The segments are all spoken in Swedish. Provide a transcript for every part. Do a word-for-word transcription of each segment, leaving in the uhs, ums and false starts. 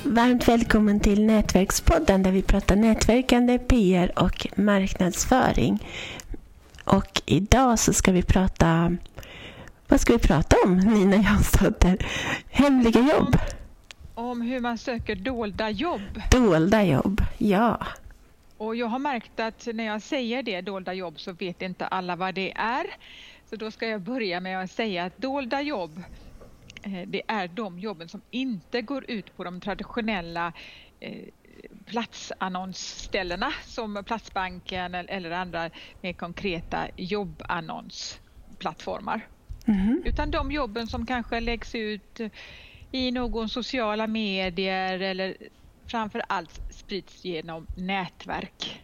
varmt välkommen till Nätverkspodden där vi pratar nätverkande, P R och marknadsföring. Och idag så ska vi prata, vad ska vi prata om, Nina Jansdotter? Hemliga jobb. Om, om hur man söker dolda jobb. Dolda jobb, ja. Och jag har märkt att när jag säger det, dolda jobb, så vet inte alla vad det är. Så då ska jag börja med att säga att dolda jobb, det är de jobben som inte går ut på de traditionella eh, platsannonsställena som Platsbanken eller andra mer konkreta jobbannonsplattformar. Mm. Utan de jobben som kanske läggs ut i någon sociala medier eller framför allt sprids genom nätverk.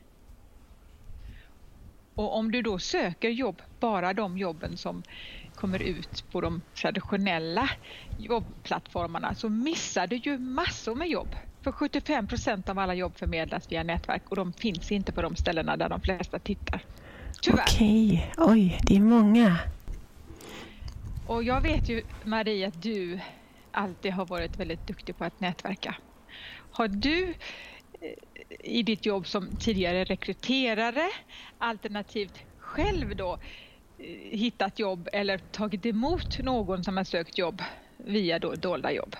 Och om du då söker jobb, bara de jobben som kommer ut på de traditionella jobbplattformarna, så missar du ju massor med jobb. För sjuttiofem procent av alla jobb förmedlas via nätverk och de finns inte på de ställena där de flesta tittar. Tyvärr. Okej, oj, det är många. Och jag vet ju, Marie, att du alltid har varit väldigt duktig på att nätverka. Har du i ditt jobb som tidigare rekryterare alternativt själv då hittat jobb eller tagit emot någon som har sökt jobb via då dolda jobb?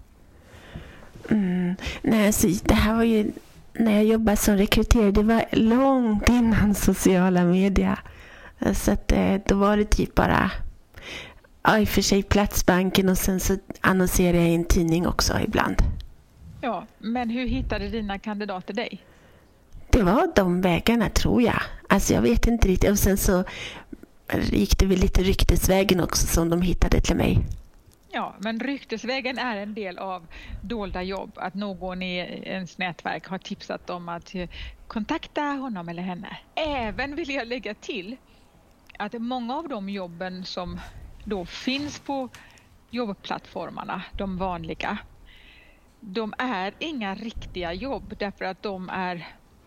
Mm, nej, så det här var ju när jag jobbade som rekryterare, det var långt innan sociala medier. Så att då var det typ bara ja, i och för sig Platsbanken och sen så annonserade jag i en tidning också ibland. Ja, men hur hittade dina kandidater dig? Det var de vägarna, tror jag. Alltså jag vet inte riktigt. Och sen så gick det väl lite ryktesvägen också som de hittade till mig. Ja, men ryktesvägen är en del av dolda jobb. Att någon i ens nätverk har tipsat om att kontakta honom eller henne. Även vill jag lägga till att många av de jobben som då finns på jobbplattformarna, de vanliga, de är inga riktiga jobb därför att de är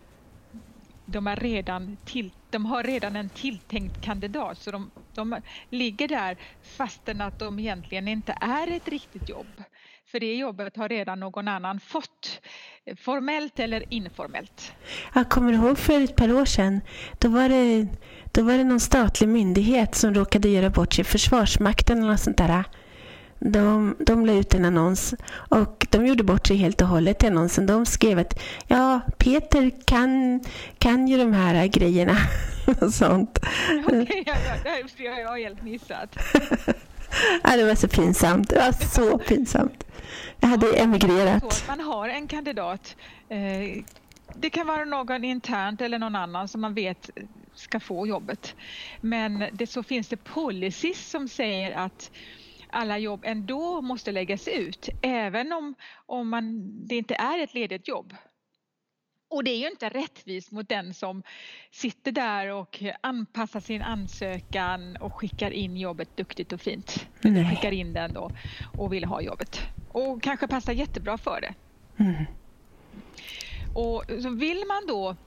de är redan till, de har redan en tilltänkt kandidat, så de, de ligger där fastän att de egentligen inte är ett riktigt jobb. För det jobbet har redan någon annan fått, formellt eller informellt. Jag kommer ihåg för ett par år sedan, då var det, då var det någon statlig myndighet som råkade göra bort sig, Försvarsmakten eller något sånt där. De, de la ut en annons och de gjorde bort sig helt och hållet i annonsen. De skrev att ja, Peter kan, kan ju de här grejerna och sånt. Okej, okay, ja, ja, det har jag helt missat. Ja, det var så pinsamt. Det var så pinsamt. Jag hade ja, emigrerat. Man har en kandidat. Det kan vara någon internt eller någon annan som man vet ska få jobbet. Men det, så finns det policies som säger att alla jobb ändå måste läggas ut, även om, om man, det inte är ett ledigt jobb. Och det är ju inte rättvist mot den som sitter där och anpassar sin ansökan och skickar in jobbet duktigt och fint. Nej. Skickar in den då och vill ha jobbet. Och kanske passar jättebra för det. Mm. Och så vill man då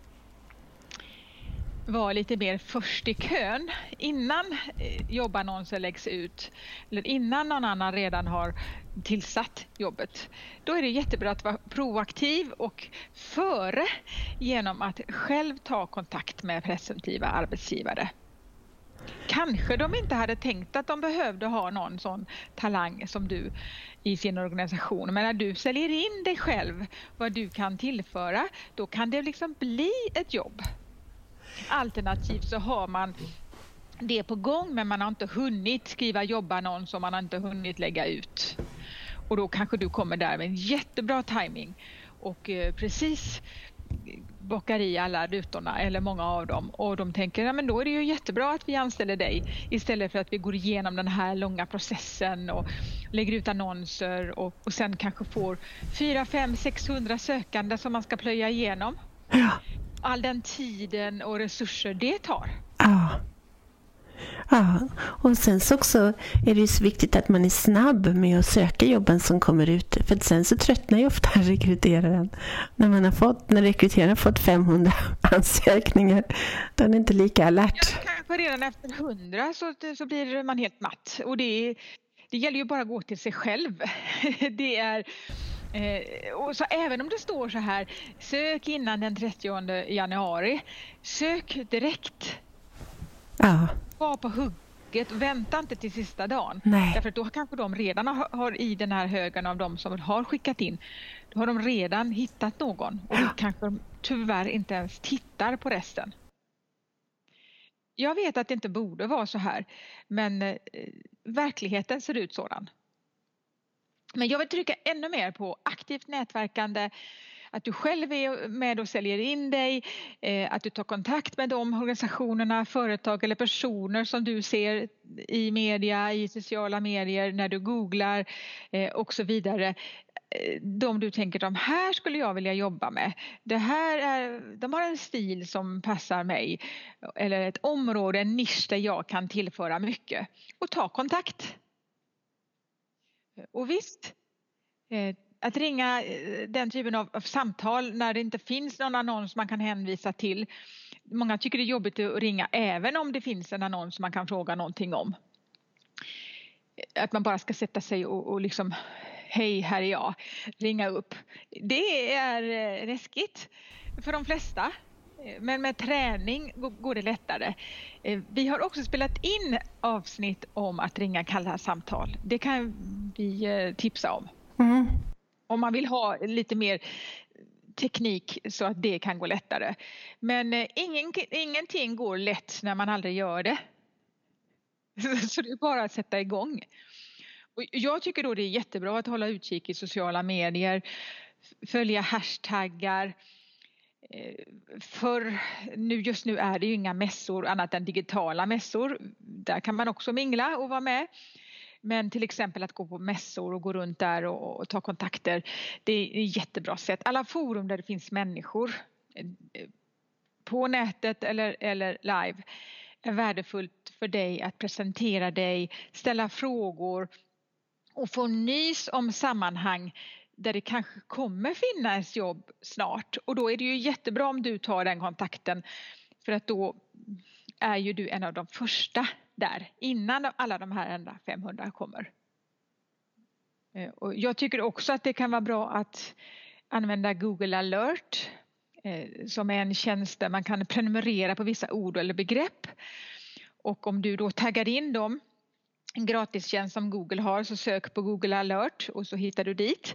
vara lite mer först i kön innan jobbannonser läggs ut eller innan någon annan redan har tillsatt jobbet. Då är det jättebra att vara proaktiv och före genom att själv ta kontakt med presumtiva arbetsgivare. Kanske de inte hade tänkt att de behövde ha någon sån talang som du i sin organisation. Men när du säljer in dig själv, vad du kan tillföra, då kan det liksom bli ett jobb. Alternativt så har man det på gång men man har inte hunnit skriva jobbannons och man har inte hunnit lägga ut. Och då kanske du kommer där med en jättebra timing och eh, precis bockar i alla rutorna eller många av dem. Och de tänker, ja men då är det ju jättebra att vi anställer dig istället för att vi går igenom den här långa processen och lägger ut annonser och, och sen kanske får fyra, fem, sexhundra sökande som man ska plöja igenom. Ja. All den tiden och resurser det tar. Ja. Ja, och sen så också är det ju så viktigt att man är snabb med att söka jobben som kommer ut. För sen så tröttnar ju ofta rekryteraren. När man har fått, när rekryteraren har fått femhundra ansökningar, då är det inte lika alert. Ja, kanske redan efter hundra så, så blir man helt matt. Och det, det gäller ju bara att gå till sig själv. Det är Eh, och så även om det står så här, sök innan den trettionde januari, sök direkt. Ja. Var på hugget, vänta inte till sista dagen. Nej. Därför att då kanske de redan har, har i den här högen av de som har skickat in, då har de redan hittat någon. Och då kanske de tyvärr inte ens tittar på resten. Jag vet att det inte borde vara så här, men eh, verkligheten ser ut sådan. Men jag vill trycka ännu mer på aktivt nätverkande, att du själv är med och säljer in dig, eh, att du tar kontakt med de organisationerna, företag eller personer som du ser i media, i sociala medier, när du googlar eh, och så vidare. De du tänker, de här skulle jag vilja jobba med. Det här är, de har en stil som passar mig. Eller ett område, en nisch där jag kan tillföra mycket. Och ta kontakt. Och visst, att ringa den typen av, av samtal när det inte finns någon annons man kan hänvisa till. Många tycker det är jobbigt att ringa även om det finns en annons man kan fråga någonting om. Att man bara ska sätta sig och, och liksom, hej här är jag, ringa upp. Det är läskigt för de flesta. Men med träning går det lättare. Vi har också spelat in avsnitt om att ringa kalla samtal. Det kan vi tipsa om. Mm. Om man vill ha lite mer teknik så att det kan gå lättare. Men ingen, ingenting går lätt när man aldrig gör det. Så det är bara att sätta igång. Och jag tycker då det är jättebra att hålla utkik i sociala medier. Följa hashtaggar. För nu, just nu är det ju inga mässor annat än digitala mässor. Där kan man också mingla och vara med. Men till exempel att gå på mässor och gå runt där och, och ta kontakter. Det är ett jättebra sätt. Alla forum där det finns människor på nätet eller, eller live är värdefullt för dig att presentera dig, ställa frågor och få nys om sammanhang där det kanske kommer finnas jobb snart. Och då är det ju jättebra om du tar den kontakten, för att då är ju du en av de första där innan alla de här andra femhundra kommer. Och jag tycker också att det kan vara bra att använda Google Alert som är en tjänst där man kan prenumerera på vissa ord eller begrepp. Och om du då taggar in dem, en gratistjänst som Google har, så sök på Google Alert och så hittar du dit.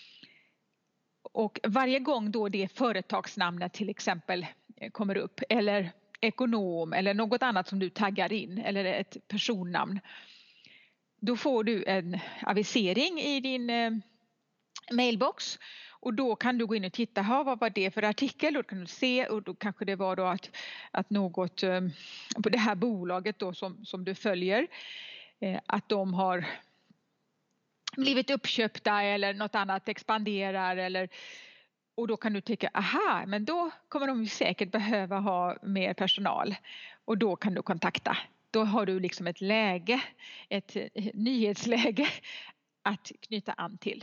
Och varje gång då det företagsnamnet till exempel kommer upp, eller ekonom eller något annat som du taggar in, eller ett personnamn, då får du en avisering i din eh, mailbox. Och då kan du gå in och titta, ha, vad var det för artikel? Då kan du se, och då kanske det var då att, att något eh, på det här bolaget då som, som du följer, eh, att de har blivit uppköpta eller något annat expanderar. Eller, och då kan du tycka, aha, men då kommer de säkert behöva ha mer personal. Och då kan du kontakta. Då har du liksom ett läge, ett nyhetsläge att knyta an till.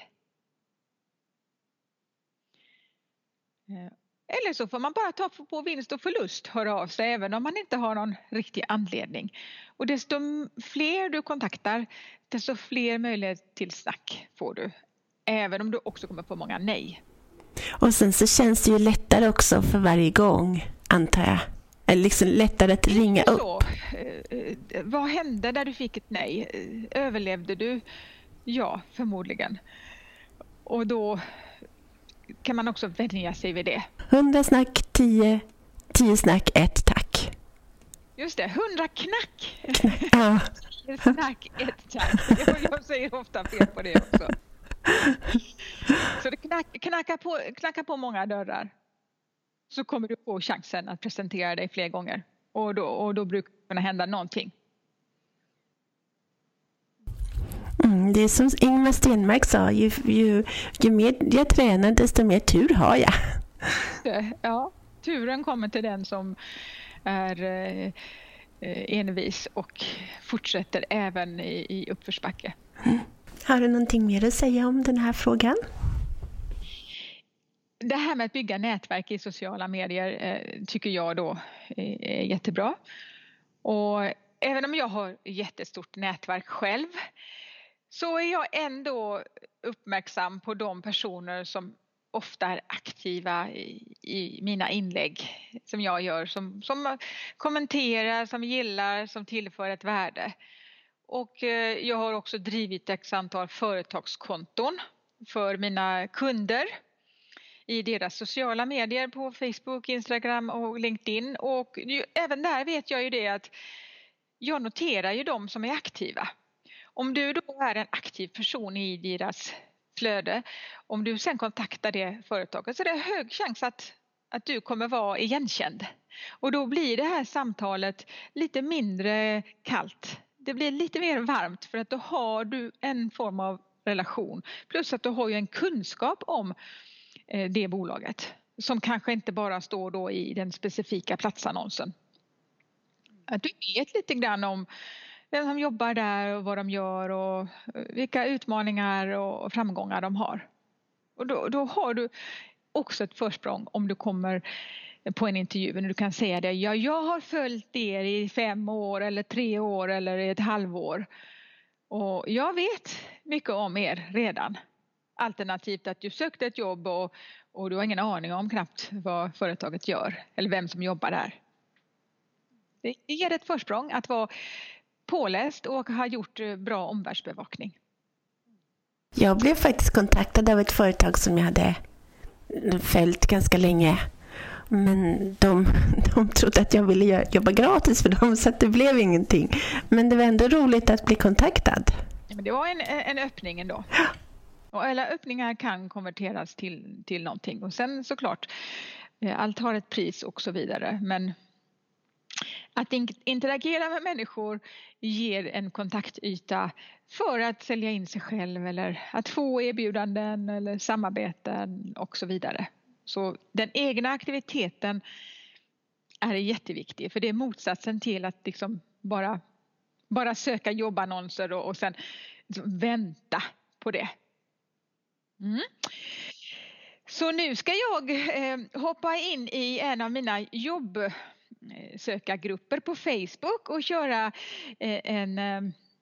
Eller så får man bara ta på vinst och förlust, höra av sig även om man inte har någon riktig anledning. Och desto fler du kontaktar, desto fler möjligheter till snack får du. Även om du också kommer få många nej. Och sen så känns det ju lättare också för varje gång, antar jag. Eller liksom lättare att ringa upp. Så, eh, vad hände där du fick ett nej? Överlevde du? Ja, förmodligen. Och då kan man också vänja sig vid det. Hundra snack, tio, tio snack, ett tack. Just det, hundra knack. Ja. Tio snack, ett tack. Jag, jag säger ofta fel på det också. Så det knack, knackar, på, knackar på många dörrar. Så kommer du få chansen att presentera dig fler gånger. Och då, och då brukar det kunna hända någonting. Mm, det är som Ingmar Stenmark sa, ju, ju, ju mer jag tränar desto mer tur har jag. Ja, turen kommer till den som är eh, envis och fortsätter även i, i uppförsbacke. Mm. Har du någonting mer att säga om den här frågan? Det här med att bygga nätverk i sociala medier eh, tycker jag då är, är jättebra. Och även om jag har ett jättestort nätverk själv, så är jag ändå uppmärksam på de personer som ofta är aktiva i, i mina inlägg som jag gör. Som, som kommenterar, som gillar, som tillför ett värde. Och eh, jag har också drivit ett antal företagskonton för mina kunder i deras sociala medier på Facebook, Instagram och LinkedIn. Och ju, även där vet jag ju det att jag noterar ju de som är aktiva. Om du då är en aktiv person i deras flöde, om du sen kontaktar det företaget så är det hög chans att, att du kommer vara igenkänd. Och då blir det här samtalet lite mindre kallt. Det blir lite mer varmt för att då har du en form av relation. Plus att du har ju en kunskap om eh, det bolaget som kanske inte bara står då i den specifika platsannonsen. Att du vet lite grann om vem som jobbar där och vad de gör och vilka utmaningar och framgångar de har. Och då, då har du också ett försprång om du kommer på en intervju när du kan säga det. Ja, jag har följt er i fem år eller tre år eller ett halvår. Och jag vet mycket om er redan. Alternativt att du sökte ett jobb och, och du har ingen aning om knappt vad företaget gör eller vem som jobbar där. Det ger ett försprång att vara påläst och ha gjort bra omvärldsbevakning. Jag blev faktiskt kontaktad av ett företag som jag hade följt ganska länge. Men de, de trodde att jag ville jobba gratis för dem så att det blev ingenting. Men det var ändå roligt att bli kontaktad. Men det var en, en öppning ändå. Och alla öppningar kan konverteras till, till någonting. Och sen såklart, allt har ett pris och så vidare. Men att interagera med människor ger en kontaktyta för att sälja in sig själv eller att få erbjudanden eller samarbeten och så vidare. Så den egna aktiviteten är jätteviktig för det är motsatsen till att liksom bara, bara söka jobbannonser och, och sen liksom vänta på det. Mm. Så nu ska jag eh, hoppa in i en av mina jobbsökargrupper på Facebook och köra eh, en... Eh,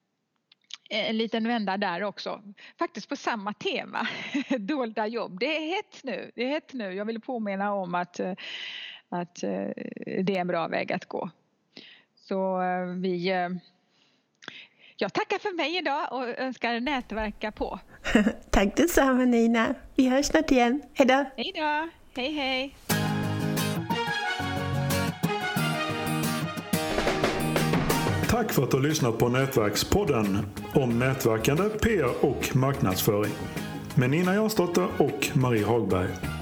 En liten vända där också. Faktiskt på samma tema. Dolda jobb. Det är hett nu. Det är hett nu. Jag vill påminna om att, att det är en bra väg att gå. Så vi... Jag tackar för mig idag och önskar nätverka på. Tack detsamma Nina. Vi hörs snart igen. Hej då. Hej då. Hej hej. Tack för att du har lyssnat på Nätverkspodden om nätverkande, P R och marknadsföring med Nina Jansdotter och Marie Hagberg.